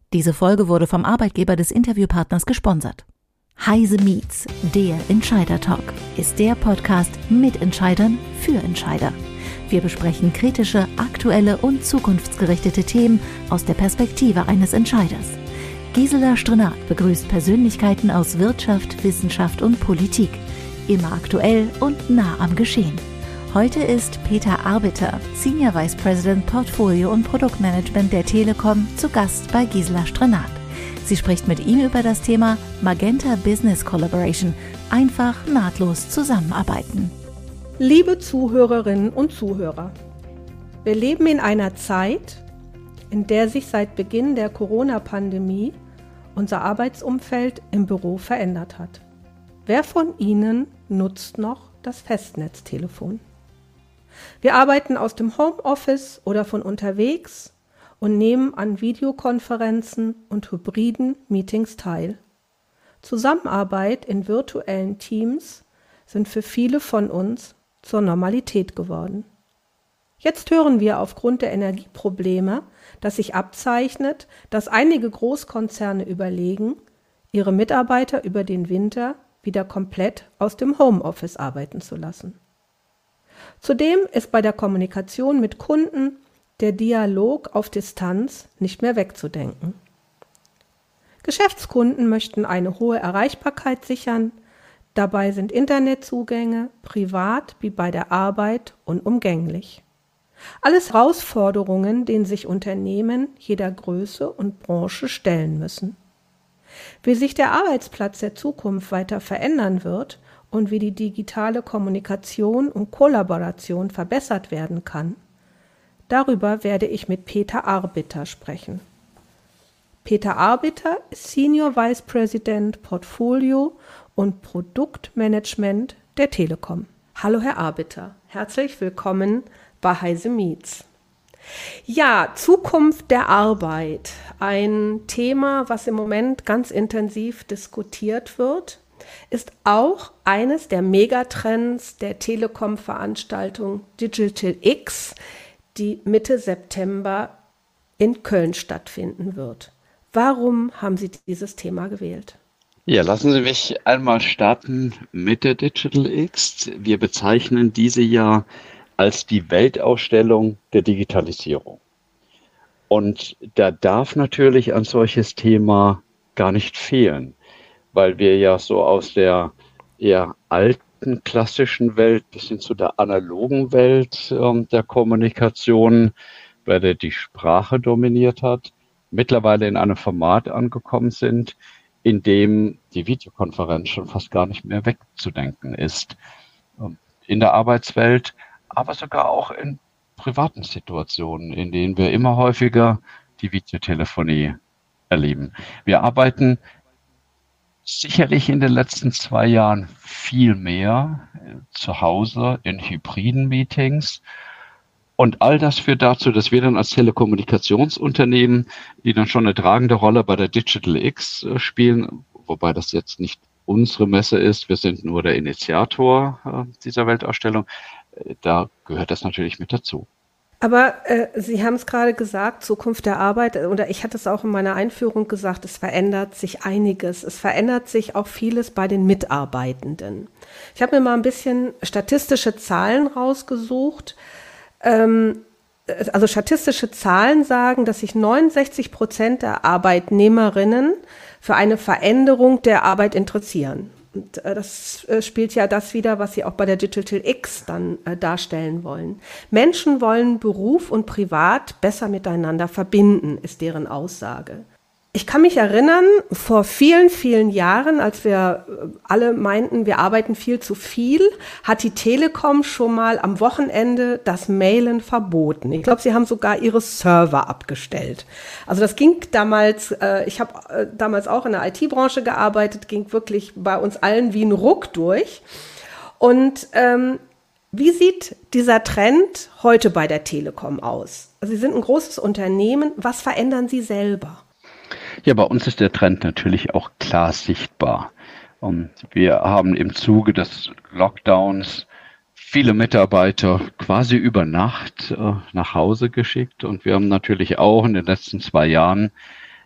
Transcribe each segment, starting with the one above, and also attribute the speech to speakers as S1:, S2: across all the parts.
S1: Diese Folge wurde vom Arbeitgeber des Interviewpartners gesponsert. Heise Meets, der Entscheider-Talk, ist der Podcast mit Entscheidern für Entscheider. Wir besprechen kritische, aktuelle und zukunftsgerichtete Themen aus der Perspektive eines Entscheiders. Gisela Strenat begrüßt Persönlichkeiten aus Wirtschaft, Wissenschaft und Politik. Immer aktuell und nah am Geschehen. Heute ist Peter Arbiter, Senior Vice President Portfolio und Produktmanagement der Telekom, zu Gast bei Gisela Strenat. Sie spricht mit ihm über das Thema Magenta Business Collaboration, einfach nahtlos zusammenarbeiten.
S2: Liebe Zuhörerinnen und Zuhörer, wir leben in einer Zeit, in der sich seit Beginn der Corona-Pandemie unser Arbeitsumfeld im Büro verändert hat. Wer von Ihnen nutzt noch das Festnetztelefon? Wir arbeiten aus dem Homeoffice oder von unterwegs und nehmen an Videokonferenzen und hybriden Meetings teil. Zusammenarbeit in virtuellen Teams sind für viele von uns zur Normalität geworden. Jetzt hören wir aufgrund der Energieprobleme, dass sich abzeichnet, dass einige Großkonzerne überlegen, ihre Mitarbeiter über den Winter wieder komplett aus dem Homeoffice arbeiten zu lassen. Zudem ist bei der Kommunikation mit Kunden der Dialog auf Distanz nicht mehr wegzudenken. Geschäftskunden möchten eine hohe Erreichbarkeit sichern, dabei sind Internetzugänge privat wie bei der Arbeit unumgänglich. Alles Herausforderungen, denen sich Unternehmen jeder Größe und Branche stellen müssen. Wie sich der Arbeitsplatz der Zukunft weiter verändern wird und wie die digitale Kommunikation und Kollaboration verbessert werden kann, darüber werde ich mit Peter Arbiter sprechen. Peter Arbiter ist Senior Vice President Portfolio und Produktmanagement der Telekom. Hallo Herr Arbiter, herzlich willkommen bei Heise Meets. Ja, Zukunft der Arbeit, ein Thema, was im Moment ganz intensiv diskutiert wird, ist auch eines der Megatrends der Telekom-Veranstaltung Digital X, die Mitte September in Köln stattfinden wird. Warum haben Sie dieses Thema gewählt?
S3: Ja, lassen Sie mich einmal starten mit der Digital X. Wir bezeichnen diese ja als die Weltausstellung der Digitalisierung. Und da darf natürlich ein solches Thema gar nicht fehlen, weil wir ja so aus der eher alten klassischen Welt bis hin zu der analogen Welt der Kommunikation, bei der die Sprache dominiert hat, mittlerweile in einem Format angekommen sind, in dem die Videokonferenz schon fast gar nicht mehr wegzudenken ist. In der Arbeitswelt, aber sogar auch in privaten Situationen, in denen wir immer häufiger die Videotelefonie erleben. Wir arbeiten sicherlich in den letzten 2 Jahren viel mehr zu Hause in hybriden Meetings. Und all das führt dazu, dass wir dann als Telekommunikationsunternehmen, die dann schon eine tragende Rolle bei der Digital X spielen, wobei das jetzt nicht unsere Messe ist, wir sind nur der Initiator dieser Weltausstellung, da gehört das natürlich mit dazu.
S2: Aber Sie haben es gerade gesagt, Zukunft der Arbeit, oder ich hatte es auch in meiner Einführung gesagt, es verändert sich einiges. Es verändert sich auch vieles bei den Mitarbeitenden. Ich habe mir mal ein bisschen statistische Zahlen rausgesucht. Also statistische Zahlen sagen, dass sich 69% der Arbeitnehmerinnen für eine Veränderung der Arbeit interessieren. Und das spielt ja das wider, was Sie auch bei der Digital X dann darstellen wollen. Menschen wollen Beruf und Privat besser miteinander verbinden, ist deren Aussage. Ich kann mich erinnern, vor vielen, vielen Jahren, als wir alle meinten, wir arbeiten viel zu viel, hat die Telekom schon mal am Wochenende das Mailen verboten. Ich glaube, sie haben sogar ihre Server abgestellt. Also das ging damals, ich habe damals auch in der IT-Branche gearbeitet, ging wirklich bei uns allen wie ein Ruck durch. Und wie sieht dieser Trend heute bei der Telekom aus? Also Sie sind ein großes Unternehmen. Was verändern Sie selber?
S3: Ja, bei uns ist der Trend natürlich auch klar sichtbar. Und wir haben im Zuge des Lockdowns viele Mitarbeiter quasi über Nacht nach Hause geschickt. Und wir haben natürlich auch in den letzten 2 Jahren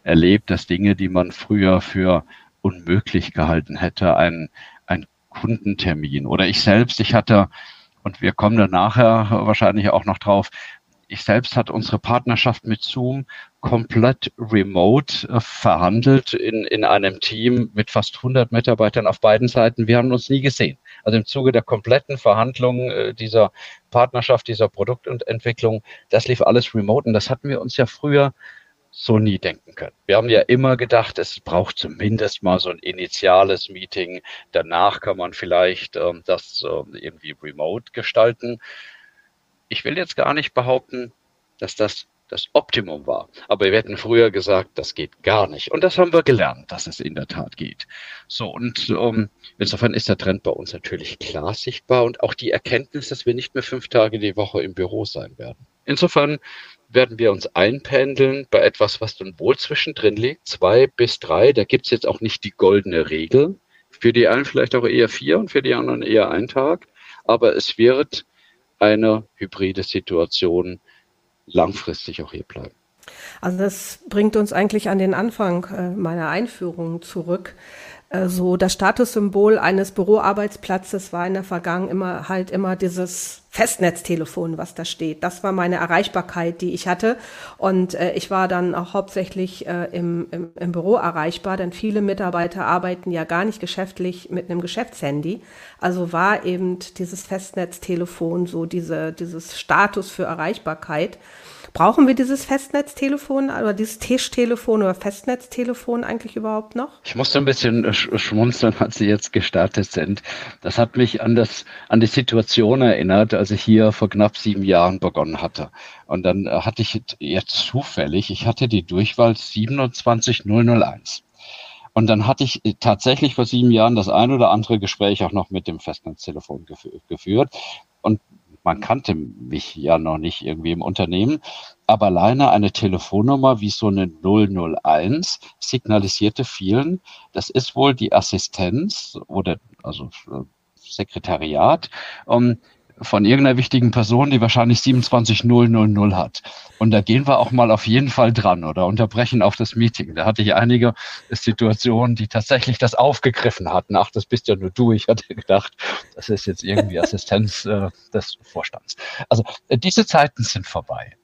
S3: erlebt, dass Dinge, die man früher für unmöglich gehalten hätte, ein Kundentermin oder ich hatte, und wir kommen dann nachher wahrscheinlich auch noch drauf, ich selbst hatte unsere Partnerschaft mit Zoom komplett remote verhandelt in einem Team mit fast 100 Mitarbeitern auf beiden Seiten. Wir haben uns nie gesehen. Also im Zuge der kompletten Verhandlungen dieser Partnerschaft, dieser Produktentwicklung, das lief alles remote und das hatten wir uns ja früher so nie denken können. Wir haben ja immer gedacht, es braucht zumindest mal so ein initiales Meeting. Danach kann man vielleicht das irgendwie remote gestalten. Ich will jetzt gar nicht behaupten, dass das das Optimum war. Aber wir hätten früher gesagt, das geht gar nicht. Und das haben wir gelernt, dass es in der Tat geht. So, und insofern ist der Trend bei uns natürlich klar sichtbar und auch die Erkenntnis, dass wir nicht mehr 5 Tage die Woche im Büro sein werden. Insofern werden wir uns einpendeln bei etwas, was dann wohl zwischendrin liegt, 2 bis 3. Da gibt es jetzt auch nicht die goldene Regel. Für die einen vielleicht auch eher 4 und für die anderen eher 1 Tag. Aber es wird eine hybride Situation langfristig auch hier bleiben.
S2: Also das bringt uns eigentlich an den Anfang meiner Einführung zurück. So das Statussymbol eines Büroarbeitsplatzes war in der Vergangenheit immer dieses Festnetztelefon, was da steht. Das war meine Erreichbarkeit, die ich hatte. Und ich war dann auch hauptsächlich im Büro erreichbar, denn viele Mitarbeiter arbeiten ja gar nicht geschäftlich mit einem Geschäftshandy. Also war eben dieses Festnetztelefon so dieses Status für Erreichbarkeit. Brauchen wir dieses Festnetztelefon oder dieses Tischtelefon oder Festnetztelefon eigentlich überhaupt noch?
S3: Ich musste ein bisschen schmunzeln, als Sie jetzt gestartet sind. Das hat mich an die Situation erinnert, als ich hier vor knapp 7 Jahren begonnen hatte. Und dann hatte ich jetzt zufällig, ich hatte die Durchwahl 27001. Und dann hatte ich tatsächlich vor 7 Jahren das ein oder andere Gespräch auch noch mit dem Festnetztelefon geführt. Und man kannte mich ja noch nicht irgendwie im Unternehmen, aber alleine eine Telefonnummer wie so eine 001 signalisierte vielen, das ist wohl die Assistenz oder also Sekretariat von irgendeiner wichtigen Person, die wahrscheinlich 27000 hat. Und da gehen wir auch mal auf jeden Fall dran oder unterbrechen auch das Meeting. Da hatte ich einige Situationen, die tatsächlich das aufgegriffen hatten. Ach, das bist ja nur du. Ich hatte gedacht, das ist jetzt irgendwie Assistenz des Vorstands. Also diese Zeiten sind vorbei.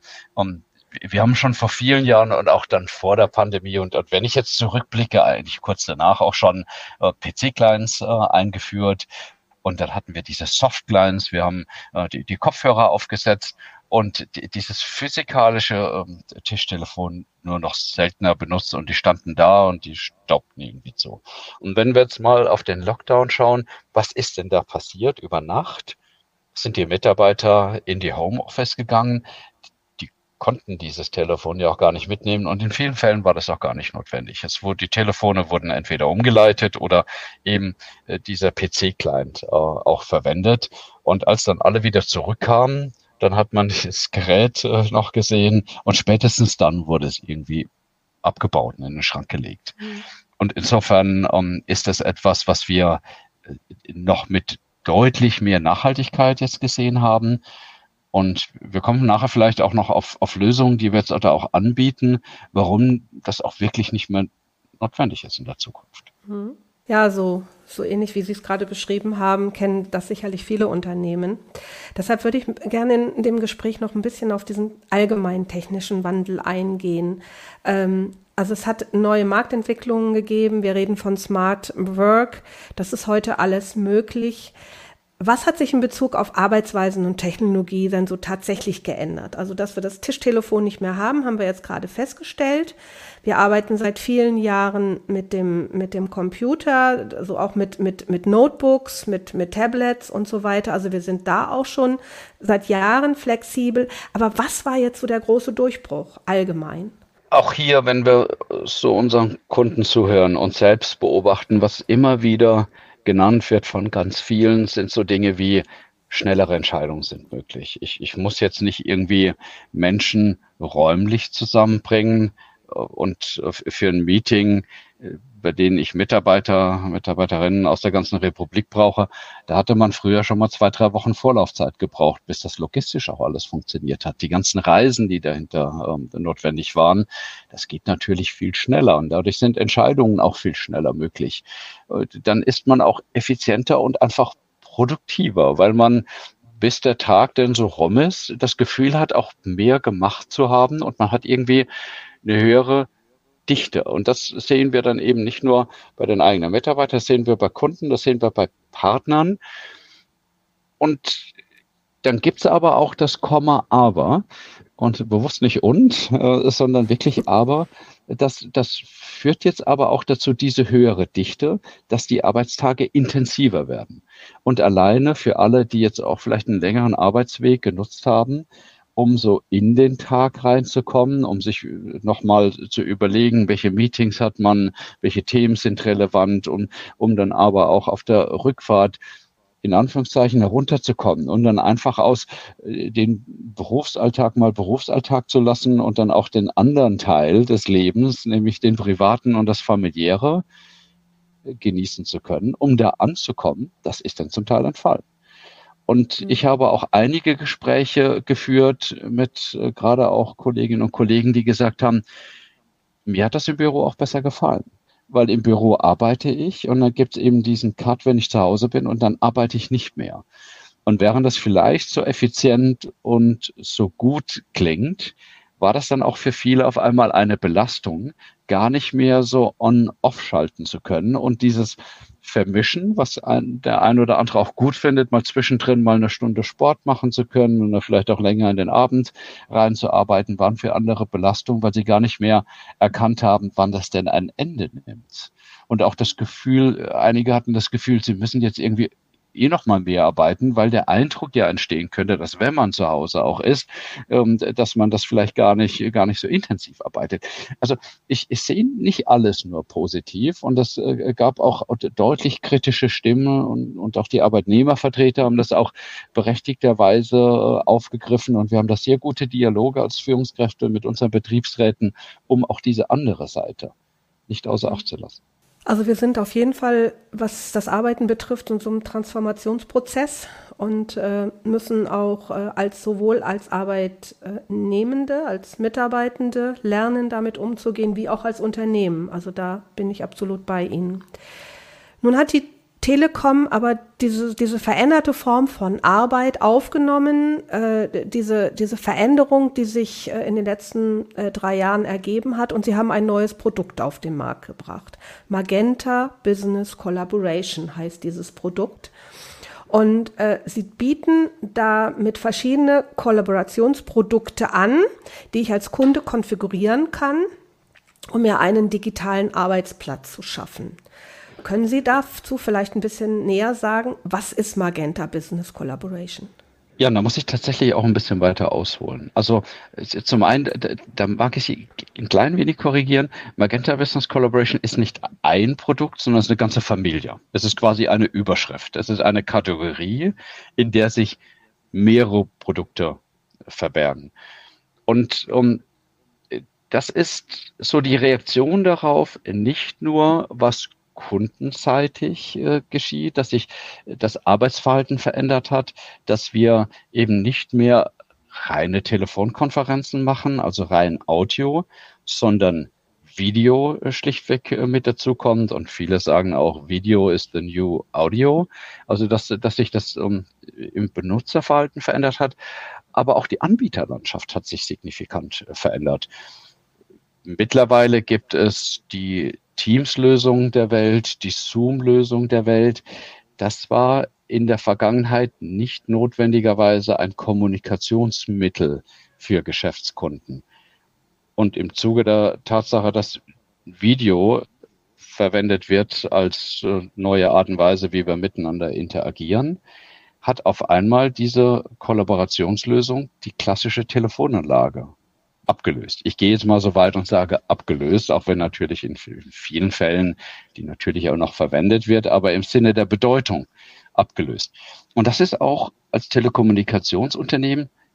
S3: Wir haben schon vor vielen Jahren und auch dann vor der Pandemie und wenn ich jetzt zurückblicke, eigentlich kurz danach auch schon PC-Clients eingeführt. Und dann hatten wir diese Soft-Clients, wir haben die Kopfhörer aufgesetzt und dieses physikalische Tischtelefon nur noch seltener benutzt und die standen da und die staubten irgendwie so. Und wenn wir jetzt mal auf den Lockdown schauen, was ist denn da passiert über Nacht? Sind die Mitarbeiter in die Homeoffice gegangen? Konnten dieses Telefon ja auch gar nicht mitnehmen und in vielen Fällen war das auch gar nicht notwendig. Die Telefone wurden entweder umgeleitet oder eben dieser PC-Client auch verwendet und als dann alle wieder zurückkamen, dann hat man das Gerät noch gesehen und spätestens dann wurde es irgendwie abgebaut und in den Schrank gelegt. Mhm. Und insofern ist das etwas, was wir noch mit deutlich mehr Nachhaltigkeit jetzt gesehen haben. Und wir kommen nachher vielleicht auch noch auf Lösungen, die wir jetzt auch anbieten, warum das auch wirklich nicht mehr notwendig ist in der Zukunft.
S2: Ja, so ähnlich wie Sie es gerade beschrieben haben, kennen das sicherlich viele Unternehmen. Deshalb würde ich gerne in dem Gespräch noch ein bisschen auf diesen allgemeinen technischen Wandel eingehen. Also es hat neue Marktentwicklungen gegeben. Wir reden von Smart Work. Das ist heute alles möglich. Was hat sich in Bezug auf Arbeitsweisen und Technologie denn so tatsächlich geändert? Also, dass wir das Tischtelefon nicht mehr haben wir jetzt gerade festgestellt. Wir arbeiten seit vielen Jahren mit dem Computer, also auch mit Notebooks, mit Tablets und so weiter. Also wir sind da auch schon seit Jahren flexibel. Aber was war jetzt so der große Durchbruch allgemein?
S3: Auch hier, wenn wir so unseren Kunden zuhören und selbst beobachten, was immer wieder genannt wird von ganz vielen, sind so Dinge wie schnellere Entscheidungen sind möglich. Ich muss jetzt nicht irgendwie Menschen räumlich zusammenbringen und für ein Meeting bei denen ich Mitarbeiterinnen aus der ganzen Republik brauche, da hatte man früher schon mal 2-3 Wochen Vorlaufzeit gebraucht, bis das logistisch auch alles funktioniert hat. Die ganzen Reisen, die dahinter notwendig waren, das geht natürlich viel schneller und dadurch sind Entscheidungen auch viel schneller möglich. Dann ist man auch effizienter und einfach produktiver, weil man, bis der Tag denn so rum ist, das Gefühl hat, auch mehr gemacht zu haben und man hat irgendwie eine höhere Dichte. Und das sehen wir dann eben nicht nur bei den eigenen Mitarbeitern, das sehen wir bei Kunden, das sehen wir bei Partnern. Und dann gibt es aber auch das Komma aber und bewusst nicht sondern wirklich aber. Das führt jetzt aber auch dazu, diese höhere Dichte, dass die Arbeitstage intensiver werden. Und alleine für alle, die jetzt auch vielleicht einen längeren Arbeitsweg genutzt haben, um so in den Tag reinzukommen, um sich nochmal zu überlegen, welche Meetings hat man, welche Themen sind relevant, um dann aber auch auf der Rückfahrt in Anführungszeichen herunterzukommen und dann einfach aus den Berufsalltag mal Berufsalltag zu lassen und dann auch den anderen Teil des Lebens, nämlich den privaten und das familiäre, genießen zu können, um da anzukommen. Das ist dann zum Teil entfallen. Und ich habe auch einige Gespräche geführt mit gerade auch Kolleginnen und Kollegen, die gesagt haben, mir hat das im Büro auch besser gefallen. Weil im Büro arbeite ich und dann gibt es eben diesen Cut, wenn ich zu Hause bin und dann arbeite ich nicht mehr. Und während das vielleicht so effizient und so gut klingt, war das dann auch für viele auf einmal eine Belastung, gar nicht mehr so on-off schalten zu können und dieses Vermischen, was der ein oder andere auch gut findet, mal zwischendrin mal eine Stunde Sport machen zu können und vielleicht auch länger in den Abend reinzuarbeiten, waren für andere Belastungen, weil sie gar nicht mehr erkannt haben, wann das denn ein Ende nimmt. Und auch das Gefühl, einige hatten das Gefühl, sie müssen jetzt irgendwie noch mal mehr arbeiten, weil der Eindruck ja entstehen könnte, dass wenn man zu Hause auch ist, dass man das vielleicht gar nicht so intensiv arbeitet. Also ich sehe nicht alles nur positiv und es gab auch deutlich kritische Stimmen und auch die Arbeitnehmervertreter haben das auch berechtigterweise aufgegriffen und wir haben da sehr gute Dialoge als Führungskräfte mit unseren Betriebsräten, um auch diese andere Seite nicht außer Acht zu lassen.
S2: Also wir sind auf jeden Fall, was das Arbeiten betrifft, in so einem Transformationsprozess und müssen auch sowohl als Arbeitnehmende, als Mitarbeitende lernen, damit umzugehen, wie auch als Unternehmen. Also da bin ich absolut bei Ihnen. Nun hat die Telekom aber diese veränderte Form von Arbeit aufgenommen, diese Veränderung, die sich in den letzten 3 Jahren ergeben hat, und sie haben ein neues Produkt auf den Markt gebracht. Magenta Business Collaboration heißt dieses Produkt. Und sie bieten damit verschiedene Kollaborationsprodukte an, die ich als Kunde konfigurieren kann, um mir einen digitalen Arbeitsplatz zu schaffen. Können Sie dazu vielleicht ein bisschen näher sagen, was ist Magenta Business Collaboration?
S3: Ja, da muss ich tatsächlich auch ein bisschen weiter ausholen. Also zum einen, da mag ich Sie ein klein wenig korrigieren. Magenta Business Collaboration ist nicht ein Produkt, sondern es ist eine ganze Familie. Es ist quasi eine Überschrift. Es ist eine Kategorie, in der sich mehrere Produkte verbergen. Und das ist so die Reaktion darauf, nicht nur was kundenseitig geschieht, dass sich das Arbeitsverhalten verändert hat, dass wir eben nicht mehr reine Telefonkonferenzen machen, also rein Audio, sondern Video schlichtweg mit dazu kommt. Und viele sagen auch, Video ist the new Audio. Also dass sich das im Benutzerverhalten verändert hat. Aber auch die Anbieterlandschaft hat sich signifikant verändert. Mittlerweile gibt es die Teams-Lösung der Welt, die Zoom-Lösung der Welt. Das war in der Vergangenheit nicht notwendigerweise ein Kommunikationsmittel für Geschäftskunden. Und im Zuge der Tatsache, dass Video verwendet wird als neue Art und Weise, wie wir miteinander interagieren, hat auf einmal diese Kollaborationslösung die klassische Telefonanlage abgelöst. Ich gehe jetzt mal so weit und sage abgelöst, auch wenn natürlich in vielen Fällen die natürlich auch noch verwendet wird, aber im Sinne der Bedeutung abgelöst. Und das ist auch als Telekommunikationsunternehmen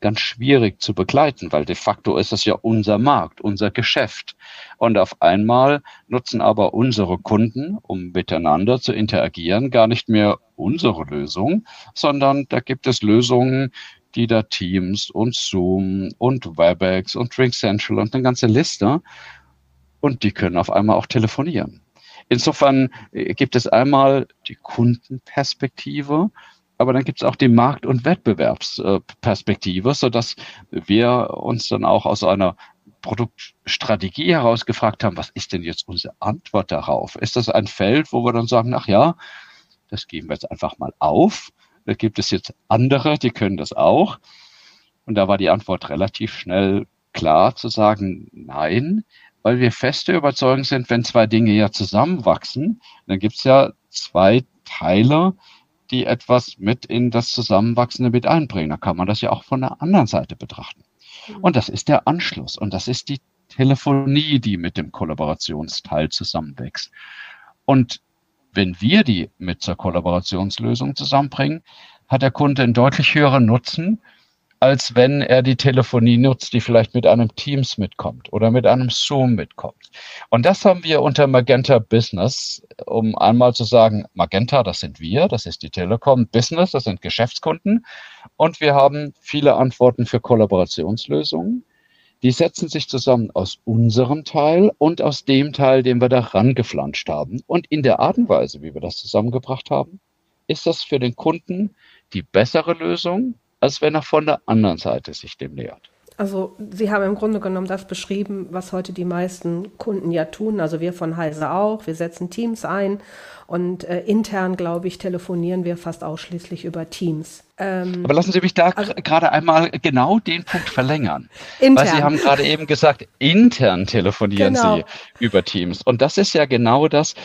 S3: ganz schwierig zu begleiten, weil de facto ist das ja unser Markt, unser Geschäft. Und auf einmal nutzen aber unsere Kunden, um miteinander zu interagieren, gar nicht mehr unsere Lösung, sondern da gibt es Lösungen, die da Teams und Zoom und WebEx und RingCentral und eine ganze Liste, und die können auf einmal auch telefonieren. Insofern gibt es einmal die Kundenperspektive, aber dann gibt es auch die Markt- und Wettbewerbsperspektive, sodass wir uns dann auch aus einer Produktstrategie heraus gefragt haben, was ist denn jetzt unsere Antwort darauf? Ist das ein Feld, wo wir dann sagen, ach ja, das geben wir jetzt einfach mal auf. Da gibt es jetzt andere, die können das auch. Und da war die Antwort relativ schnell klar zu sagen, nein, weil wir feste Überzeugung sind, wenn zwei Dinge ja zusammenwachsen, dann gibt es ja zwei Teile, die etwas mit in das Zusammenwachsende mit einbringen. Da kann man das ja auch von der anderen Seite betrachten. Und das ist der Anschluss und das ist die Telefonie, die mit dem Kollaborationsteil zusammenwächst. Und wenn wir die mit zur Kollaborationslösung zusammenbringen, hat der Kunde einen deutlich höheren Nutzen, als wenn er die Telefonie nutzt, die vielleicht mit einem Teams mitkommt oder mit einem Zoom mitkommt. Und das haben wir unter Magenta Business, um einmal zu sagen, Magenta, das sind wir, das ist die Telekom, Business, das sind Geschäftskunden. Und wir haben viele Antworten für Kollaborationslösungen. Die setzen sich zusammen aus unserem Teil und aus dem Teil, den wir da rangeflanscht haben. Und in der Art und Weise, wie wir das zusammengebracht haben, ist das für den Kunden die bessere Lösung, als wenn er von der anderen Seite sich dem nähert.
S2: Also Sie haben im Grunde genommen das beschrieben, was heute die meisten Kunden ja tun. Also wir von Heise auch. Wir setzen Teams ein und intern, glaube ich, telefonieren wir fast ausschließlich über Teams.
S3: Aber lassen Sie mich da gerade einmal genau den Punkt verlängern.
S2: Intern.
S3: Weil Sie haben gerade eben gesagt, intern telefonieren Sie über Teams. Und das ist ja genau das.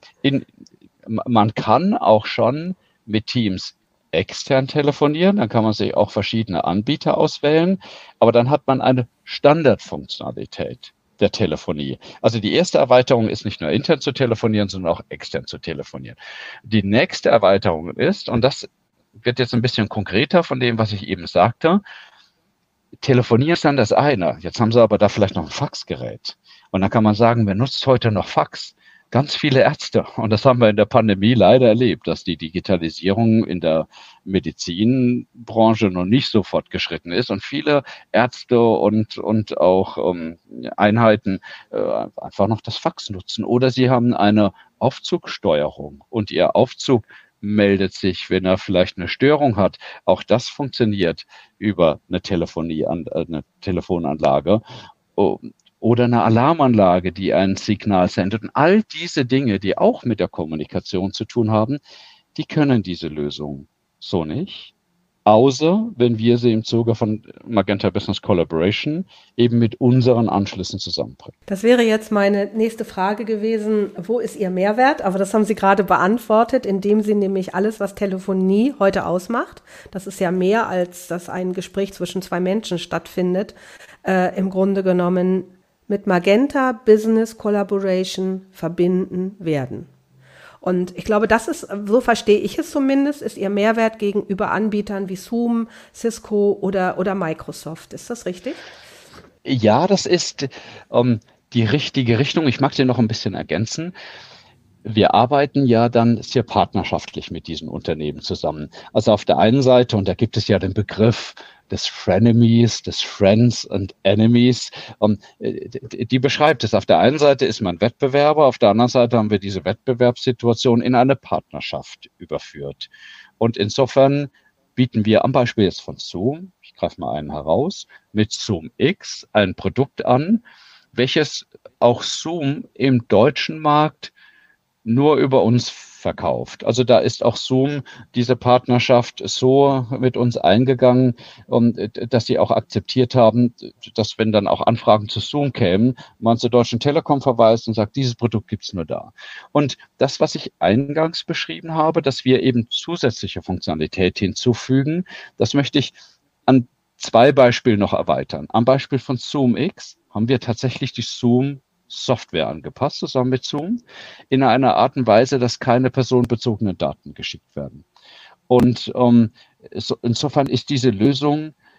S3: Man kann auch schon mit Teams extern telefonieren, dann kann man sich auch verschiedene Anbieter auswählen, aber dann hat man eine Standardfunktionalität der Telefonie. Also die erste Erweiterung ist nicht nur intern zu telefonieren, sondern auch extern zu telefonieren. Die nächste Erweiterung ist, und das wird jetzt ein bisschen konkreter von dem, was ich eben sagte, telefonieren ist dann das eine. Jetzt haben Sie aber da vielleicht noch ein Faxgerät. Und dann kann man sagen, wer nutzt heute noch Fax? Ganz viele Ärzte. Und das haben wir in der Pandemie leider erlebt, dass die Digitalisierung in der Medizinbranche noch nicht so fortgeschritten ist und viele Ärzte und auch Einheiten einfach noch das Fax nutzen. Oder sie haben eine Aufzugsteuerung und ihr Aufzug meldet sich, wenn er vielleicht eine Störung hat. Auch das funktioniert über eine eine Telefonanlage. Oder eine Alarmanlage, die ein Signal sendet. Und all diese Dinge, die auch mit der Kommunikation zu tun haben, die können diese Lösung so nicht. Außer wenn wir sie im Zuge von Magenta Business Collaboration eben mit unseren Anschlüssen zusammenbringen.
S2: Das wäre jetzt meine nächste Frage gewesen. Wo ist Ihr Mehrwert? Aber das haben Sie gerade beantwortet, indem Sie nämlich alles, was Telefonie heute ausmacht, das ist ja mehr, als dass ein Gespräch zwischen zwei Menschen stattfindet, im Grunde genommen mit Magenta Business Collaboration verbinden werden. Und ich glaube, das ist, so verstehe ich es zumindest, ist Ihr Mehrwert gegenüber Anbietern wie Zoom, Cisco oder Microsoft. Ist das richtig?
S3: Ja, das ist die richtige Richtung. Ich mag sie noch ein bisschen ergänzen. Wir arbeiten ja dann sehr partnerschaftlich mit diesen Unternehmen zusammen. Also auf der einen Seite, und da gibt es ja den Begriff des Frenemies, des Friends and Enemies, die beschreibt es. Auf der einen Seite ist man Wettbewerber, auf der anderen Seite haben wir diese Wettbewerbssituation in eine Partnerschaft überführt. Und insofern bieten wir am Beispiel jetzt von Zoom, ich greife mal einen heraus, mit Zoom X ein Produkt an, welches auch Zoom im deutschen Markt nur über uns verkauft. Also da ist auch Zoom diese Partnerschaft so mit uns eingegangen, dass sie auch akzeptiert haben, dass wenn dann auch Anfragen zu Zoom kämen, man zur Deutschen Telekom verweist und sagt, dieses Produkt gibt's nur da. Und das, was ich eingangs beschrieben habe, dass wir eben zusätzliche Funktionalität hinzufügen, das möchte ich an zwei Beispielen noch erweitern. Am Beispiel von Zoom X haben wir tatsächlich die Zoom Software angepasst, zusammen mit Zoom, in einer Art und Weise, dass keine personenbezogenen Daten geschickt werden. Und insofern ist diese Lösung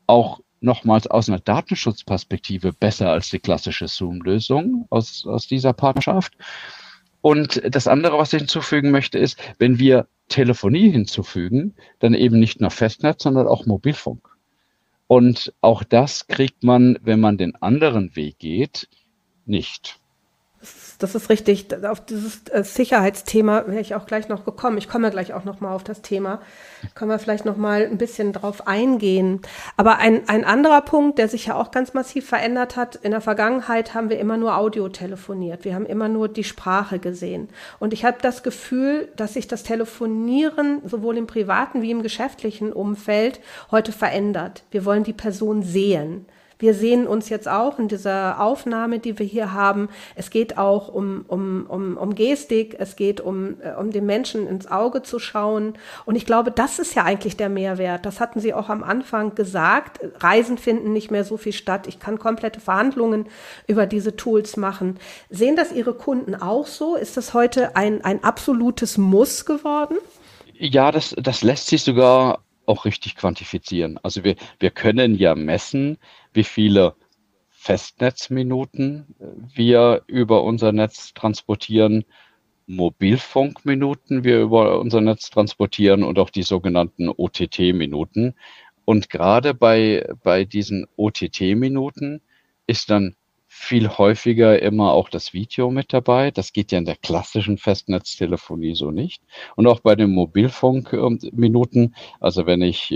S3: auch nochmals aus einer Datenschutzperspektive besser als die klassische Zoom-Lösung aus dieser Partnerschaft. Und das andere, was ich hinzufügen möchte, ist, wenn wir Telefonie hinzufügen, dann eben nicht nur Festnetz, sondern auch Mobilfunk. Und auch das kriegt man, wenn man den anderen Weg geht, nicht.
S2: Das ist richtig. Auf dieses Sicherheitsthema wäre ich auch gleich noch gekommen. Ich komme ja gleich auch noch mal auf das Thema. Können wir vielleicht noch mal ein bisschen drauf eingehen. Aber ein anderer Punkt, der sich ja auch ganz massiv verändert hat, in der Vergangenheit haben wir immer nur Audio telefoniert. Wir haben immer nur die Sprache gesehen. Und ich habe das Gefühl, dass sich das Telefonieren sowohl im privaten wie im geschäftlichen Umfeld heute verändert. Wir wollen die Person sehen. Wir sehen uns jetzt auch in dieser Aufnahme, die wir hier haben. Es geht auch um Gestik, es geht um den Menschen ins Auge zu schauen. Und ich glaube, das ist ja eigentlich der Mehrwert. Das hatten Sie auch am Anfang gesagt. Reisen finden nicht mehr so viel statt. Ich kann komplette Verhandlungen über diese Tools machen. Sehen das Ihre Kunden auch so? Ist das heute ein absolutes Muss geworden?
S3: Ja, das lässt sich sogar auch richtig quantifizieren. Also wir können ja messen, wie viele Festnetzminuten wir über unser Netz transportieren, Mobilfunkminuten wir über unser Netz transportieren und auch die sogenannten OTT-Minuten. Und gerade bei diesen OTT-Minuten ist dann viel häufiger immer auch das Video mit dabei. Das geht ja in der klassischen Festnetztelefonie so nicht. Und auch bei den Mobilfunkminuten, also wenn ich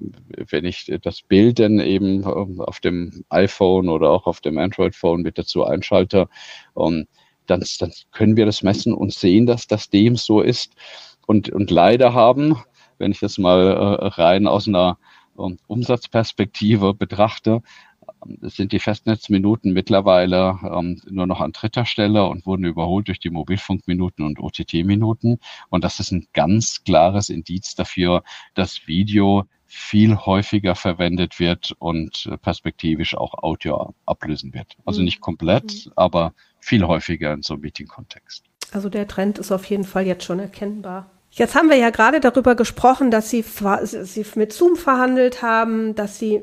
S3: das Bild dann eben auf dem iPhone oder auch auf dem Android-Phone mit dazu einschalte, dann können wir das messen und sehen, dass das dem so ist. Und leider haben, wenn ich das mal rein aus einer Umsatzperspektive betrachte, sind die Festnetzminuten mittlerweile nur noch an dritter Stelle und wurden überholt durch die Mobilfunkminuten und OTT-Minuten. Und das ist ein ganz klares Indiz dafür, dass Video viel häufiger verwendet wird und perspektivisch auch Audio ablösen wird. Also nicht komplett, aber viel häufiger in so einem Meeting-Kontext.
S2: Also der Trend ist auf jeden Fall jetzt schon erkennbar. Jetzt haben wir ja gerade darüber gesprochen, dass Sie mit Zoom verhandelt haben, dass Sie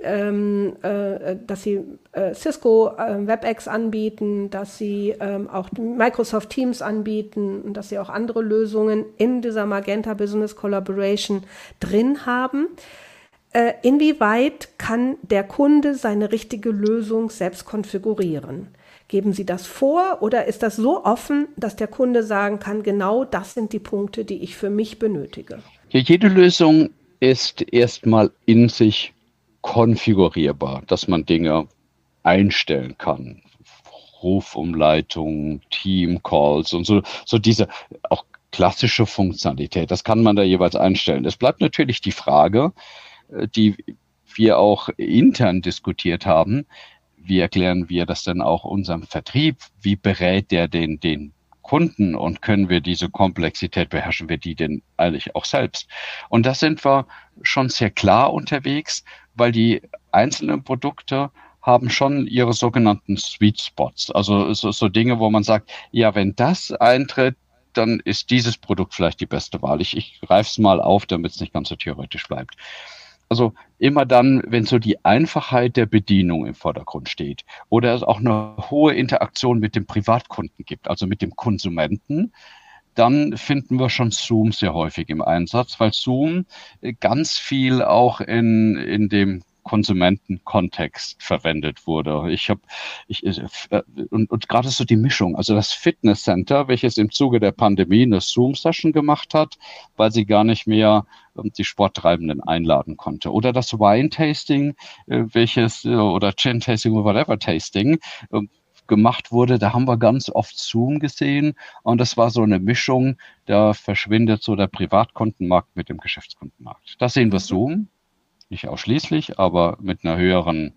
S2: Cisco WebEx anbieten, dass Sie auch Microsoft Teams anbieten und dass Sie auch andere Lösungen in dieser Magenta Business Collaboration drin haben. Inwieweit kann der Kunde seine richtige Lösung selbst konfigurieren? Geben Sie das vor oder ist das so offen, dass der Kunde sagen kann, genau das sind die Punkte, die ich für mich benötige?
S3: Ja, jede Lösung ist erstmal in sich konfigurierbar, dass man Dinge einstellen kann. Rufumleitung, Team-Calls und so diese auch klassische Funktionalität. Das kann man da jeweils einstellen. Es bleibt natürlich die Frage, die wir auch intern diskutiert haben. Wie erklären wir das denn auch unserem Vertrieb? Wie berät der den Kunden und können wir diese Komplexität, beherrschen wir die denn eigentlich auch selbst? Und da sind wir schon sehr klar unterwegs, weil die einzelnen Produkte haben schon ihre sogenannten Sweet Spots. Also so Dinge, wo man sagt, ja, wenn das eintritt, dann ist dieses Produkt vielleicht die beste Wahl. Ich greife es mal auf, damit es nicht ganz so theoretisch bleibt. Also immer dann, wenn so die Einfachheit der Bedienung im Vordergrund steht oder es auch eine hohe Interaktion mit dem Privatkunden gibt, also mit dem Konsumenten, dann finden wir schon Zoom sehr häufig im Einsatz, weil Zoom ganz viel auch in dem Konsumentenkontext verwendet wurde. Und gerade so die Mischung, also das Fitnesscenter, welches im Zuge der Pandemie eine Zoom-Session gemacht hat, weil sie gar nicht mehr die Sporttreibenden einladen konnte. Oder das Wine-Tasting, oder Gin-Tasting oder whatever-Tasting, gemacht wurde, da haben wir ganz oft Zoom gesehen und das war so eine Mischung, da verschwindet so der Privatkundenmarkt mit dem Geschäftskundenmarkt. Da sehen wir Zoom, nicht ausschließlich, aber mit einem höheren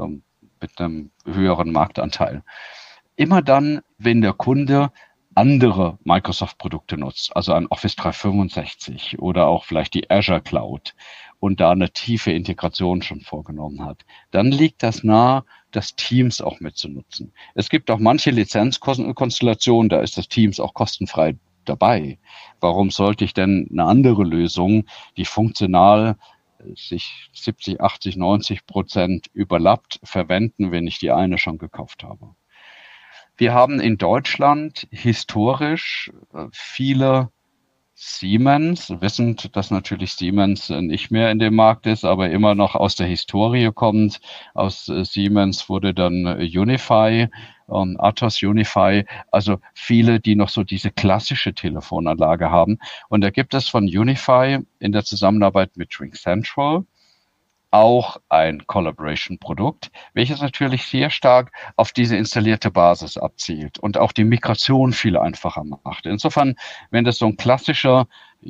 S3: Marktanteil. Immer dann, wenn der Kunde andere Microsoft-Produkte nutzt, also ein Office 365 oder auch vielleicht die Azure Cloud und da eine tiefe Integration schon vorgenommen hat, dann liegt das nahe, das Teams auch mitzunutzen. Es gibt auch manche Lizenzkonstellationen, da ist das Teams auch kostenfrei dabei. Warum sollte ich denn eine andere Lösung, die funktional sich 70, 80, 90% überlappt, verwenden, wenn ich die eine schon gekauft habe. Wir haben in Deutschland historisch viele Siemens, wissend, dass natürlich Siemens nicht mehr in dem Markt ist, aber immer noch aus der Historie kommt. Aus Siemens wurde dann Unify, Atos Unify, also viele, die noch so diese klassische Telefonanlage haben. Und da gibt es von Unify in der Zusammenarbeit mit RingCentral auch ein Collaboration-Produkt, welches natürlich sehr stark auf diese installierte Basis abzielt und auch die Migration viel einfacher macht. Insofern, wenn das so ein klassischer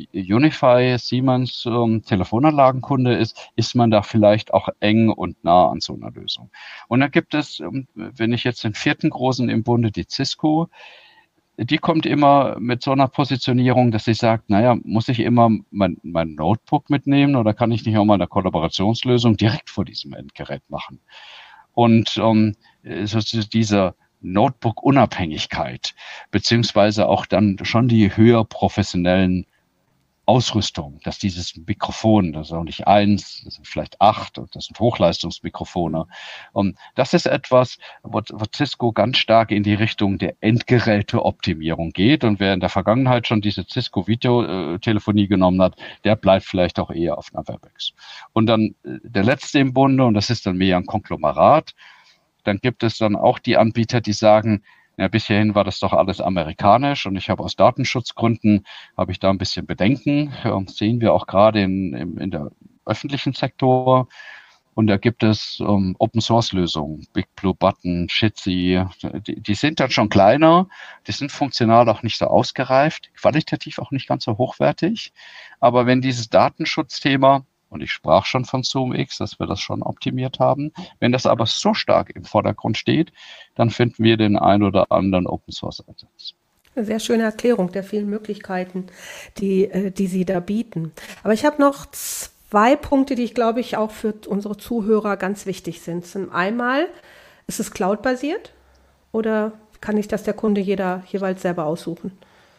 S3: Unify Siemens Telefonanlagenkunde ist man da vielleicht auch eng und nah an so einer Lösung. Und dann gibt es, wenn ich jetzt den vierten großen im Bunde, die Cisco, die kommt immer mit so einer Positionierung, dass sie sagt, naja, muss ich immer mein Notebook mitnehmen oder kann ich nicht auch mal eine Kollaborationslösung direkt vor diesem Endgerät machen? Und so diese Notebook-Unabhängigkeit, beziehungsweise auch dann schon die höher professionellen Ausrüstung, dass dieses Mikrofon, das ist auch nicht eins, das sind vielleicht 8 und das sind Hochleistungsmikrofone. Und das ist etwas, wo Cisco ganz stark in die Richtung der Endgeräteoptimierung geht. Und wer in der Vergangenheit schon diese Cisco-Videotelefonie genommen hat, der bleibt vielleicht auch eher auf einer Webex. Und dann der letzte im Bunde, und das ist dann mehr ein Konglomerat, dann gibt es dann auch die Anbieter, die sagen, ja, bis hierhin war das doch alles amerikanisch und ich habe aus Datenschutzgründen, habe ich da ein bisschen Bedenken. Ja, sehen wir auch gerade in der öffentlichen Sektor. Und da gibt es Open-Source-Lösungen, Big Blue Button, Jitsi, die sind dann schon kleiner, die sind funktional auch nicht so ausgereift, qualitativ auch nicht ganz so hochwertig. Aber wenn dieses Datenschutzthema, und ich sprach schon von ZoomX, dass wir das schon optimiert haben. Wenn das aber so stark im Vordergrund steht, dann finden wir den ein oder anderen Open-Source-Einsatz.
S2: Eine sehr schöne Erklärung der vielen Möglichkeiten, die Sie da bieten. Aber ich habe noch 2 Punkte, die ich glaube ich auch für unsere Zuhörer ganz wichtig sind. Zum einmal, ist es Cloud-basiert oder kann sich das der Kunde jeweils selber aussuchen?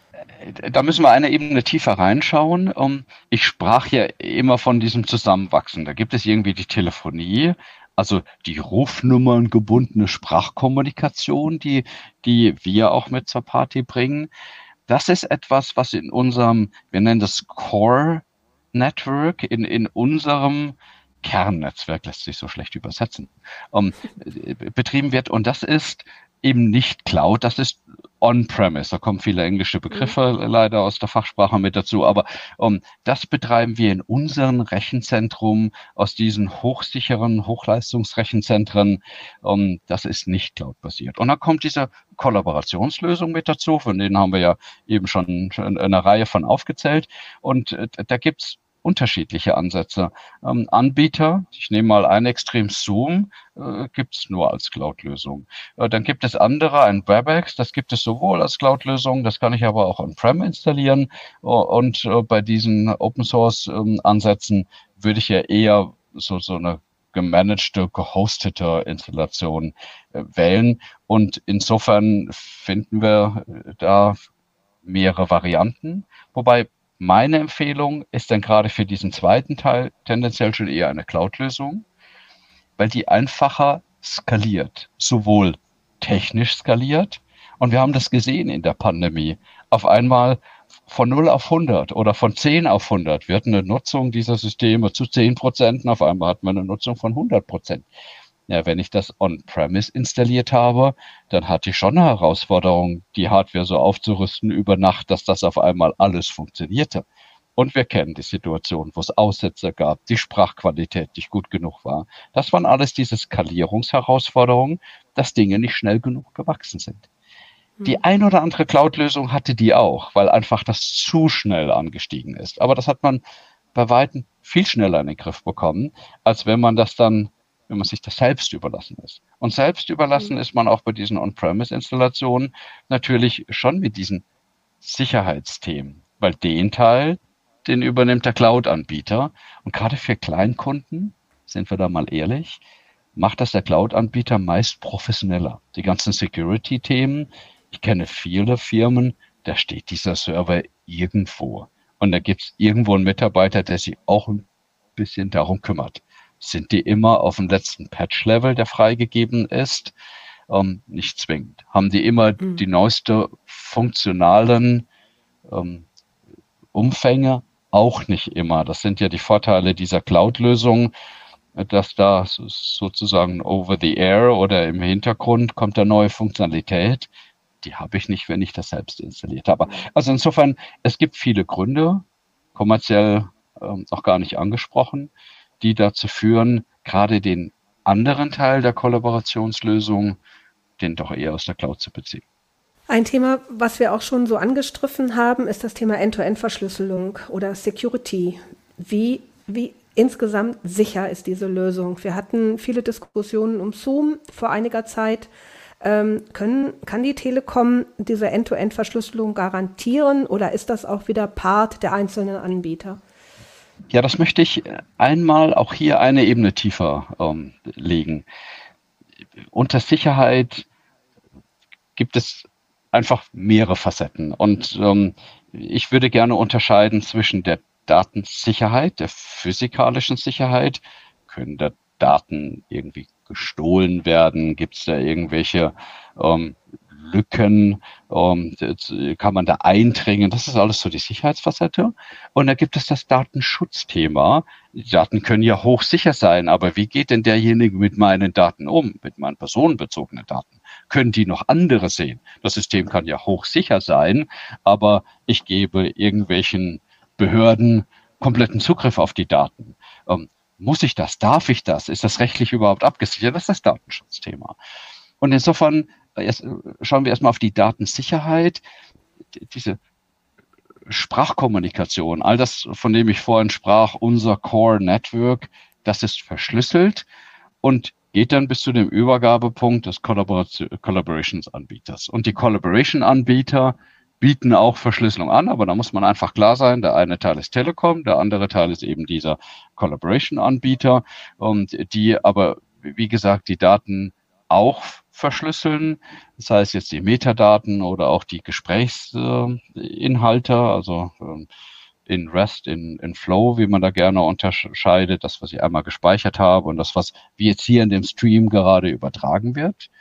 S3: Da müssen wir eine Ebene tiefer reinschauen. Ich sprach ja immer von diesem Zusammenwachsen. Da gibt es irgendwie die Telefonie, also die Rufnummern gebundene Sprachkommunikation, die wir auch mit zur Party bringen. Das ist etwas, was in unserem, wir nennen das Core Network, in unserem Kernnetzwerk, lässt sich so schlecht übersetzen, betrieben wird. Und das ist eben nicht Cloud, das ist On-Premise. Da kommen viele englische Begriffe leider aus der Fachsprache mit dazu, aber das betreiben wir in unserem Rechenzentrum aus diesen hochsicheren Hochleistungsrechenzentren. Das ist nicht Cloud-basiert. Und dann kommt diese Kollaborationslösung mit dazu, von denen haben wir ja eben schon eine Reihe von aufgezählt. Und da gibt's unterschiedliche Ansätze. Anbieter, ich nehme mal ein Extrem, Zoom, gibt es nur als Cloud-Lösung. Dann gibt es andere, ein Webex, das gibt es sowohl als Cloud-Lösung, das kann ich aber auch on-prem installieren. Und bei diesen Open-Source-Ansätzen würde ich ja eher so eine gemanagte, gehostete Installation wählen. Und insofern finden wir da mehrere Varianten, wobei meine Empfehlung ist dann gerade für diesen zweiten Teil tendenziell schon eher eine Cloud-Lösung, weil die einfacher skaliert, sowohl technisch skaliert, und wir haben das gesehen in der Pandemie, auf einmal von 0 auf 100 oder von 10 auf 100. Wir hatten eine Nutzung dieser Systeme zu 10%, auf einmal hatten wir eine Nutzung von 100%. Ja, wenn ich das on-premise installiert habe, dann hatte ich schon eine Herausforderung, die Hardware so aufzurüsten über Nacht, dass das auf einmal alles funktionierte. Und wir kennen die Situation, wo es Aussetzer gab, die Sprachqualität nicht gut genug war. Das waren alles diese Skalierungsherausforderungen, dass Dinge nicht schnell genug gewachsen sind. Die ein oder andere Cloud-Lösung hatte die auch, weil einfach das zu schnell angestiegen ist. Aber das hat man bei Weitem viel schneller in den Griff bekommen, als wenn man sich das selbst überlassen ist. Und selbst überlassen ist man auch bei diesen On-Premise-Installationen natürlich schon mit diesen Sicherheitsthemen, weil den Teil, den übernimmt der Cloud-Anbieter. Und gerade für Kleinkunden, sind wir da mal ehrlich, macht das der Cloud-Anbieter meist professioneller. Die ganzen Security-Themen, ich kenne viele Firmen, da steht dieser Server irgendwo. Und da gibt es irgendwo einen Mitarbeiter, der sich auch ein bisschen darum kümmert. Sind die immer auf dem letzten Patch-Level, der freigegeben ist? Nicht zwingend. Haben die immer die neueste funktionalen Umfänge? Auch nicht immer. Das sind ja die Vorteile dieser Cloud-Lösung, dass da sozusagen over the air oder im Hintergrund kommt da neue Funktionalität. Die habe ich nicht, wenn ich das selbst installiert habe. Also insofern, es gibt viele Gründe, kommerziell noch gar nicht angesprochen, die dazu führen, gerade den anderen Teil der Kollaborationslösung, den doch eher aus der Cloud zu beziehen.
S2: Ein Thema, was wir auch schon so angestriffen haben, ist das Thema End-to-End-Verschlüsselung oder Security. Wie insgesamt sicher ist diese Lösung? Wir hatten viele Diskussionen um Zoom vor einiger Zeit. Kann die Telekom diese End-to-End-Verschlüsselung garantieren oder ist das auch wieder Part der einzelnen Anbieter?
S3: Ja, das möchte ich einmal auch hier eine Ebene tiefer legen. Unter Sicherheit gibt es einfach mehrere Facetten und ich würde gerne unterscheiden zwischen der Datensicherheit, der physikalischen Sicherheit. Können da Daten irgendwie gestohlen werden? Gibt es da irgendwelche Lücken? Kann man da eindringen? Das ist alles so die Sicherheitsfacette. Und da gibt es das Datenschutzthema. Die Daten können ja hochsicher sein, aber wie geht denn derjenige mit meinen Daten um, mit meinen personenbezogenen Daten? Können die noch andere sehen? Das System kann ja hochsicher sein, aber ich gebe irgendwelchen Behörden kompletten Zugriff auf die Daten. Muss ich das? Darf ich das? Ist das rechtlich überhaupt abgesichert? Das ist das Datenschutzthema. Und insofern schauen wir erstmal auf die Datensicherheit. Diese Sprachkommunikation, all das, von dem ich vorhin sprach, unser Core Network, das ist verschlüsselt und geht dann bis zu dem Übergabepunkt des Collaborations-Anbieters. Und die Collaboration-Anbieter bieten auch Verschlüsselung an, aber da muss man einfach klar sein, der eine Teil ist Telekom, der andere Teil ist eben dieser Collaboration-Anbieter, und die aber, wie gesagt, die Daten auch verschlüsseln, das heißt jetzt die Metadaten oder auch die Gesprächsinhalte, also in REST, in Flow, wie man da gerne unterscheidet, das, was ich einmal gespeichert habe und das, was wie jetzt hier in dem Stream gerade übertragen wird.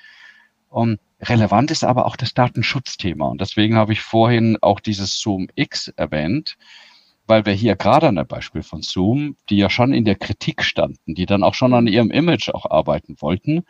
S3: Relevant ist aber auch das Datenschutzthema und deswegen habe ich vorhin auch dieses Zoom X erwähnt, weil wir hier gerade an dem Beispiel von Zoom, die ja schon in der Kritik standen, die dann auch schon an ihrem Image auch arbeiten wollten,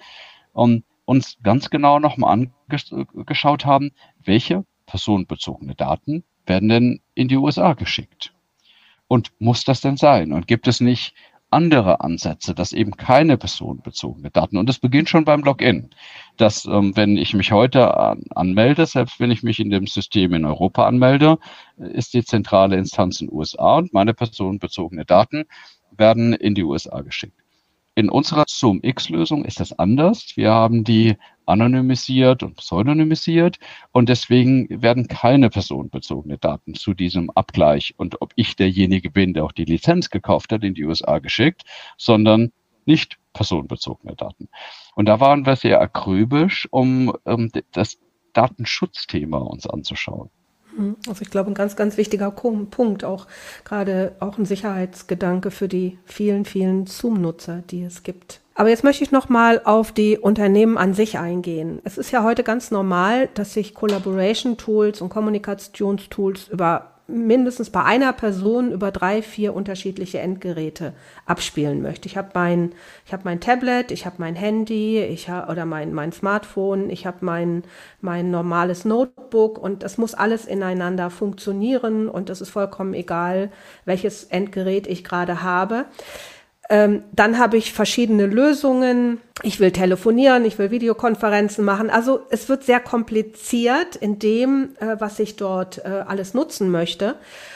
S3: uns ganz genau nochmal angeschaut haben, welche personenbezogene Daten werden denn in die USA geschickt? Und muss das denn sein? Und gibt es nicht andere Ansätze, dass eben keine personenbezogene Daten, und das beginnt schon beim Login, dass wenn ich mich heute anmelde, selbst wenn ich mich in dem System in Europa anmelde, ist die zentrale Instanz in den USA und meine personenbezogene Daten werden in die USA geschickt. In unserer Zoom X-Lösung ist das anders. Wir haben die anonymisiert und pseudonymisiert und deswegen werden keine personenbezogene Daten zu diesem Abgleich und ob ich derjenige bin, der auch die Lizenz gekauft hat, in die USA geschickt, sondern nicht personenbezogene Daten. Und da waren wir sehr akribisch, um das Datenschutzthema uns anzuschauen.
S2: Also ich glaube, ein ganz, ganz wichtiger Punkt, auch gerade auch ein Sicherheitsgedanke für die vielen, vielen Zoom-Nutzer, die es gibt. Aber jetzt möchte ich noch mal auf die Unternehmen an sich eingehen. Es ist ja heute ganz normal, dass sich Collaboration-Tools und Kommunikationstools über mindestens bei einer Person über 3, 4 unterschiedliche Endgeräte abspielen möchte. Ich habe mein Tablet, ich habe mein Handy, oder mein Smartphone, ich habe mein normales Notebook und das muss alles ineinander funktionieren und es ist vollkommen egal, welches Endgerät ich gerade habe. Dann habe ich verschiedene Lösungen. Ich will telefonieren, ich will Videokonferenzen machen. Also es wird sehr kompliziert in dem, was ich dort alles nutzen möchte.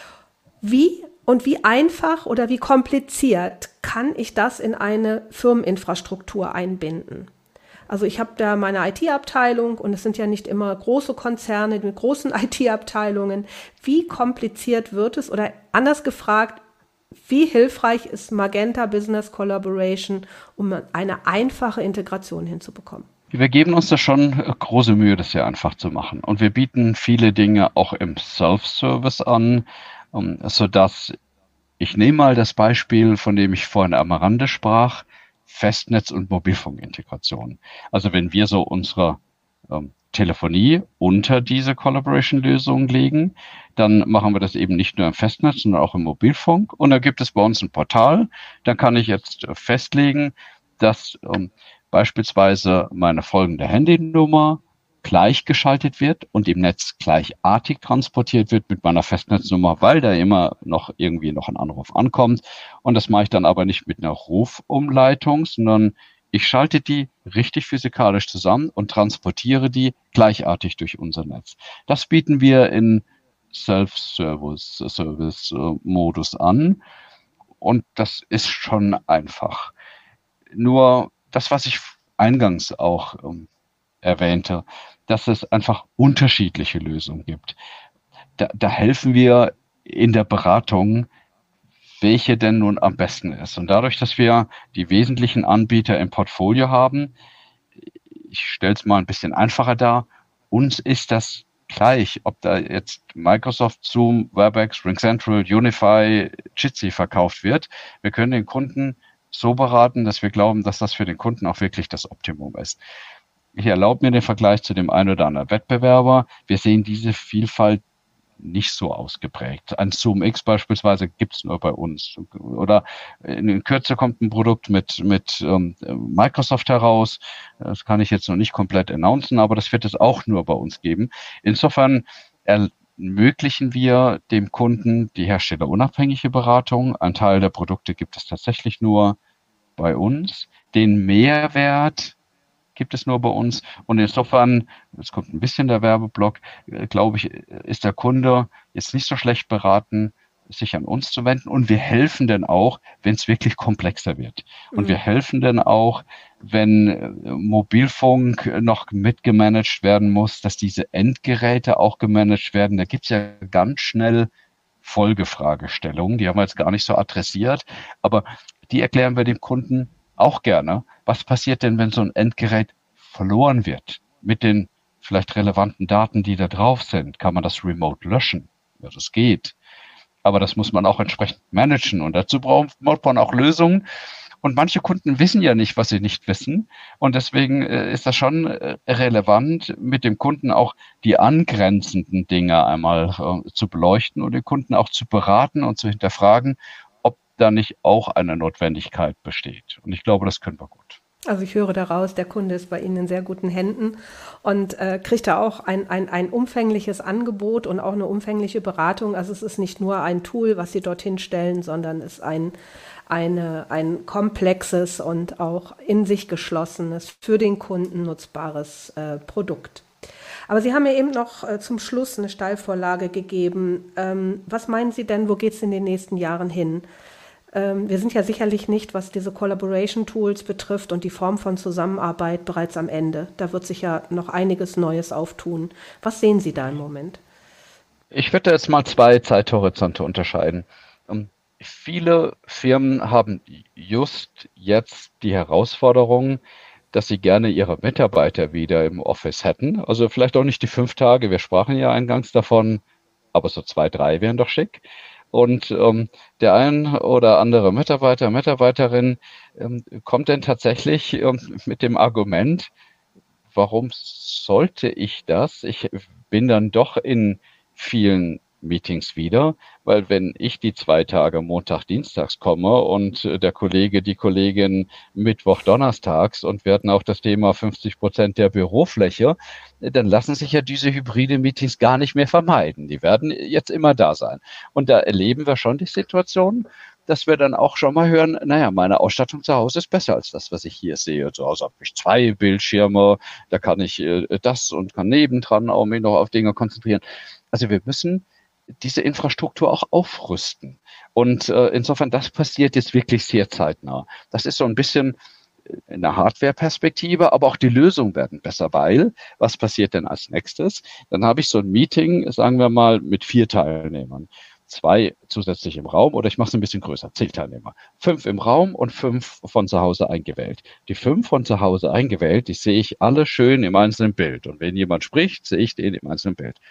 S2: Wie einfach oder wie kompliziert kann ich das in eine Firmeninfrastruktur einbinden? Also ich habe da meine IT-Abteilung und es sind ja nicht immer große Konzerne mit großen IT-Abteilungen. Wie kompliziert wird es oder anders gefragt, wie hilfreich ist Magenta Business Collaboration, um eine einfache Integration hinzubekommen?
S3: Wir geben uns da schon große Mühe, das sehr einfach zu machen. Und wir bieten viele Dinge auch im Self-Service an, sodass Ich nehme mal das Beispiel, von dem ich vorhin am Rande sprach, Festnetz- und Mobilfunkintegration. Also wenn wir so unsere Telefonie unter diese Collaboration-Lösung legen, dann machen wir das eben nicht nur im Festnetz, sondern auch im Mobilfunk. Und da gibt es bei uns ein Portal. Dann kann ich jetzt festlegen, dass beispielsweise meine folgende Handynummer gleichgeschaltet wird und im Netz gleichartig transportiert wird mit meiner Festnetznummer, weil da immer noch irgendwie noch ein Anruf ankommt. Und das mache ich dann aber nicht mit einer Rufumleitung, sondern ich schalte die richtig physikalisch zusammen und transportiere die gleichartig durch unser Netz. Das bieten wir in Self-Service-Modus an und das ist schon einfach. Nur das, was ich eingangs auch erwähnte, dass es einfach unterschiedliche Lösungen gibt. Da helfen wir in der Beratung, welche denn nun am besten ist. Und dadurch, dass wir die wesentlichen Anbieter im Portfolio haben, ich stelle es mal ein bisschen einfacher dar, uns ist das gleich, ob da jetzt Microsoft, Zoom, Webex, RingCentral, Unify, Jitsi verkauft wird. Wir können den Kunden so beraten, dass wir glauben, dass das für den Kunden auch wirklich das Optimum ist. Ich erlaube mir den Vergleich zu dem einen oder anderen Wettbewerber. Wir sehen diese Vielfalt nicht so ausgeprägt. Ein Zoom X beispielsweise gibt es nur bei uns. Oder in Kürze kommt ein Produkt mit Microsoft heraus. Das kann ich jetzt noch nicht komplett announcen, aber das wird es auch nur bei uns geben. Insofern ermöglichen wir dem Kunden die herstellerunabhängige Beratung. Ein Teil der Produkte gibt es tatsächlich nur bei uns. Den Mehrwert gibt es nur bei uns. Und insofern, jetzt kommt ein bisschen der Werbeblock, glaube ich, ist der Kunde jetzt nicht so schlecht beraten, sich an uns zu wenden. Und wir helfen dann auch, wenn es wirklich komplexer wird. Und wir helfen dann auch, wenn Mobilfunk noch mitgemanagt werden muss, dass diese Endgeräte auch gemanagt werden. Da gibt es ja ganz schnell Folgefragestellungen, die haben wir jetzt gar nicht so adressiert, aber die erklären wir dem Kunden auch gerne. Was passiert denn, wenn so ein Endgerät verloren wird mit den vielleicht relevanten Daten, die da drauf sind? Kann man das remote löschen? Ja, das geht. Aber das muss man auch entsprechend managen und dazu braucht man auch Lösungen. Und manche Kunden wissen ja nicht, was sie nicht wissen. Und deswegen ist das schon relevant, mit dem Kunden auch die angrenzenden Dinge einmal zu beleuchten und den Kunden auch zu beraten und zu hinterfragen, ob da nicht auch eine Notwendigkeit besteht. Und ich glaube, das können wir gut.
S2: Also ich höre daraus, der Kunde ist bei Ihnen in sehr guten Händen und kriegt da auch ein umfängliches Angebot und auch eine umfängliche Beratung. Also es ist nicht nur ein Tool, was Sie dorthin stellen, sondern es ist ein komplexes und auch in sich geschlossenes, für den Kunden nutzbares Produkt. Aber Sie haben mir eben noch zum Schluss eine Steilvorlage gegeben. Was meinen Sie denn, wo geht es in den nächsten Jahren hin? Wir sind ja sicherlich nicht, was diese Collaboration-Tools betrifft und die Form von Zusammenarbeit, bereits am Ende. Da wird sich ja noch einiges Neues auftun. Was sehen Sie da im Moment?
S3: Ich würde jetzt mal 2 Zeithorizonte unterscheiden. Viele Firmen haben just jetzt die Herausforderung, dass sie gerne ihre Mitarbeiter wieder im Office hätten. Also vielleicht auch nicht die 5 Tage, wir sprachen ja eingangs davon, aber so 2, 3 wären doch schick. Und der ein oder andere Mitarbeiter, Mitarbeiterin kommt dann tatsächlich mit dem Argument, warum sollte ich das? Ich bin dann doch in vielen Meetings wieder, weil wenn ich die 2 Tage Montag, Dienstags komme und der Kollege, die Kollegin Mittwoch, Donnerstags und wir hatten auch das Thema 50% der Bürofläche, dann lassen sich ja diese hybride Meetings gar nicht mehr vermeiden. Die werden jetzt immer da sein. Und da erleben wir schon die Situation, dass wir dann auch schon mal hören, naja, meine Ausstattung zu Hause ist besser als das, was ich hier sehe. Zu Hause habe ich 2 Bildschirme, da kann ich das und kann nebendran auch mich noch auf Dinge konzentrieren. Also wir müssen diese Infrastruktur auch aufrüsten. Und insofern, das passiert jetzt wirklich sehr zeitnah. Das ist so ein bisschen eine Hardware-Perspektive, aber auch die Lösungen werden besser, weil, was passiert denn als nächstes? Dann habe ich so ein Meeting, sagen wir mal, mit 4 Teilnehmern. 2 zusätzlich im Raum oder ich mache es ein bisschen größer, 10 Teilnehmer. 5 im Raum und 5 von zu Hause eingewählt. Die 5 von zu Hause eingewählt, die sehe ich alle schön im einzelnen Bild. Und wenn jemand spricht, sehe ich den im einzelnen Bild.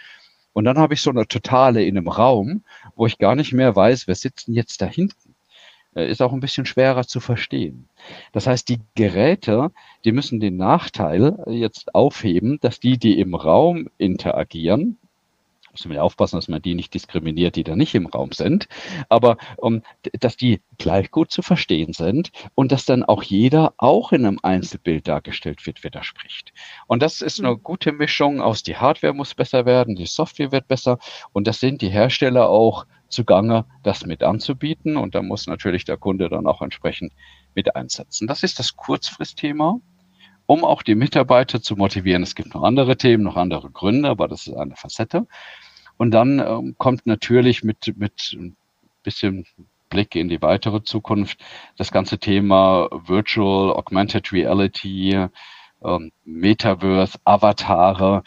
S3: Und dann habe ich so eine Totale in einem Raum, wo ich gar nicht mehr weiß, wer sitzt denn jetzt da hinten. Ist auch ein bisschen schwerer zu verstehen. Das heißt, die Geräte, die müssen den Nachteil jetzt aufheben, dass die im Raum interagieren, muss man ja aufpassen, dass man die nicht diskriminiert, die da nicht im Raum sind, aber dass die gleich gut zu verstehen sind und dass dann auch jeder auch in einem Einzelbild dargestellt wird, wer da spricht. Und das ist eine gute Mischung aus, die Hardware muss besser werden, die Software wird besser und das sind die Hersteller auch zugange, das mit anzubieten und da muss natürlich der Kunde dann auch entsprechend mit einsetzen. Das ist das Kurzfristthema, um auch die Mitarbeiter zu motivieren. Es gibt noch andere Themen, noch andere Gründe, aber das ist eine Facette. Und dann kommt natürlich mit ein bisschen Blick in die weitere Zukunft das ganze Thema Virtual, Augmented Reality, Metaverse, Avatare.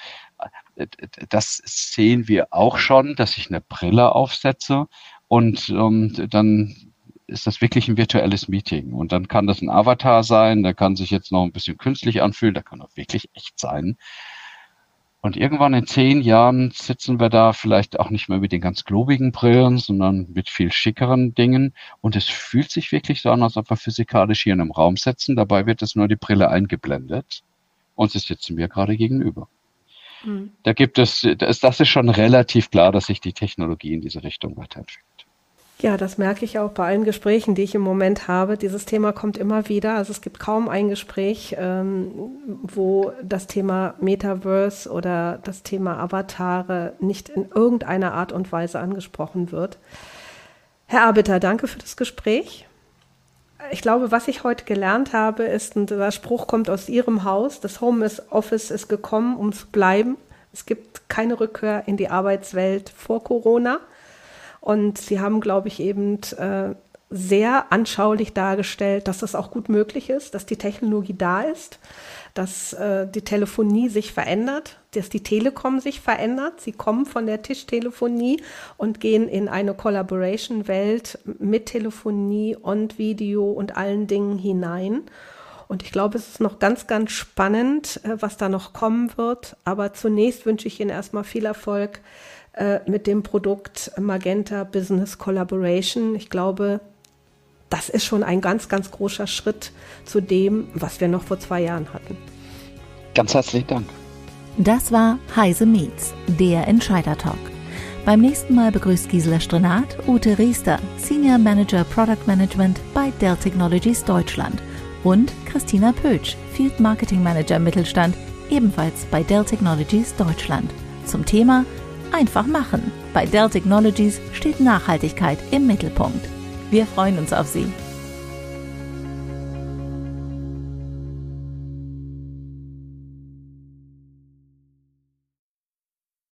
S3: Das sehen wir auch schon, dass ich eine Brille aufsetze und dann ist das wirklich ein virtuelles Meeting. Und dann kann das ein Avatar sein, der kann sich jetzt noch ein bisschen künstlich anfühlen, der kann auch wirklich echt sein. Und irgendwann in 10 Jahren sitzen wir da vielleicht auch nicht mehr mit den ganz globigen Brillen, sondern mit viel schickeren Dingen. Und es fühlt sich wirklich so an, als ob wir physikalisch hier in einem Raum sitzen. Dabei wird es nur die Brille eingeblendet und sie sitzen mir gerade gegenüber. Da gibt es, das ist schon relativ klar, dass sich die Technologie in diese Richtung weiterentwickelt.
S2: Ja, das merke ich auch bei allen Gesprächen, die ich im Moment habe. Dieses Thema kommt immer wieder. Also es gibt kaum ein Gespräch, wo das Thema Metaverse oder das Thema Avatare nicht in irgendeiner Art und Weise angesprochen wird. Herr Arbeiter, danke für das Gespräch. Ich glaube, was ich heute gelernt habe, ist, und der Spruch kommt aus Ihrem Haus, das Homeoffice ist gekommen, um zu bleiben. Es gibt keine Rückkehr in die Arbeitswelt vor Corona. Und Sie haben, glaube ich, eben sehr anschaulich dargestellt, dass das auch gut möglich ist, dass die Technologie da ist, dass die Telefonie sich verändert, dass die Telekom sich verändert. Sie kommen von der Tischtelefonie und gehen in eine Collaboration-Welt mit Telefonie und Video und allen Dingen hinein. Und ich glaube, es ist noch ganz, ganz spannend, was da noch kommen wird. Aber zunächst wünsche ich Ihnen erstmal viel Erfolg mit dem Produkt Magenta Business Collaboration. Ich glaube, das ist schon ein ganz, ganz großer Schritt zu dem, was wir noch vor 2 Jahren hatten.
S3: Ganz herzlichen Dank.
S1: Das war Heise Meets, der Entscheider-Talk. Beim nächsten Mal begrüßt Gisela Strenat Ute Riester, Senior Manager Product Management bei Dell Technologies Deutschland und Christina Pötsch, Field Marketing Manager Mittelstand, ebenfalls bei Dell Technologies Deutschland. Zum Thema Einfach machen. Bei Dell Technologies steht Nachhaltigkeit im Mittelpunkt. Wir freuen uns auf Sie.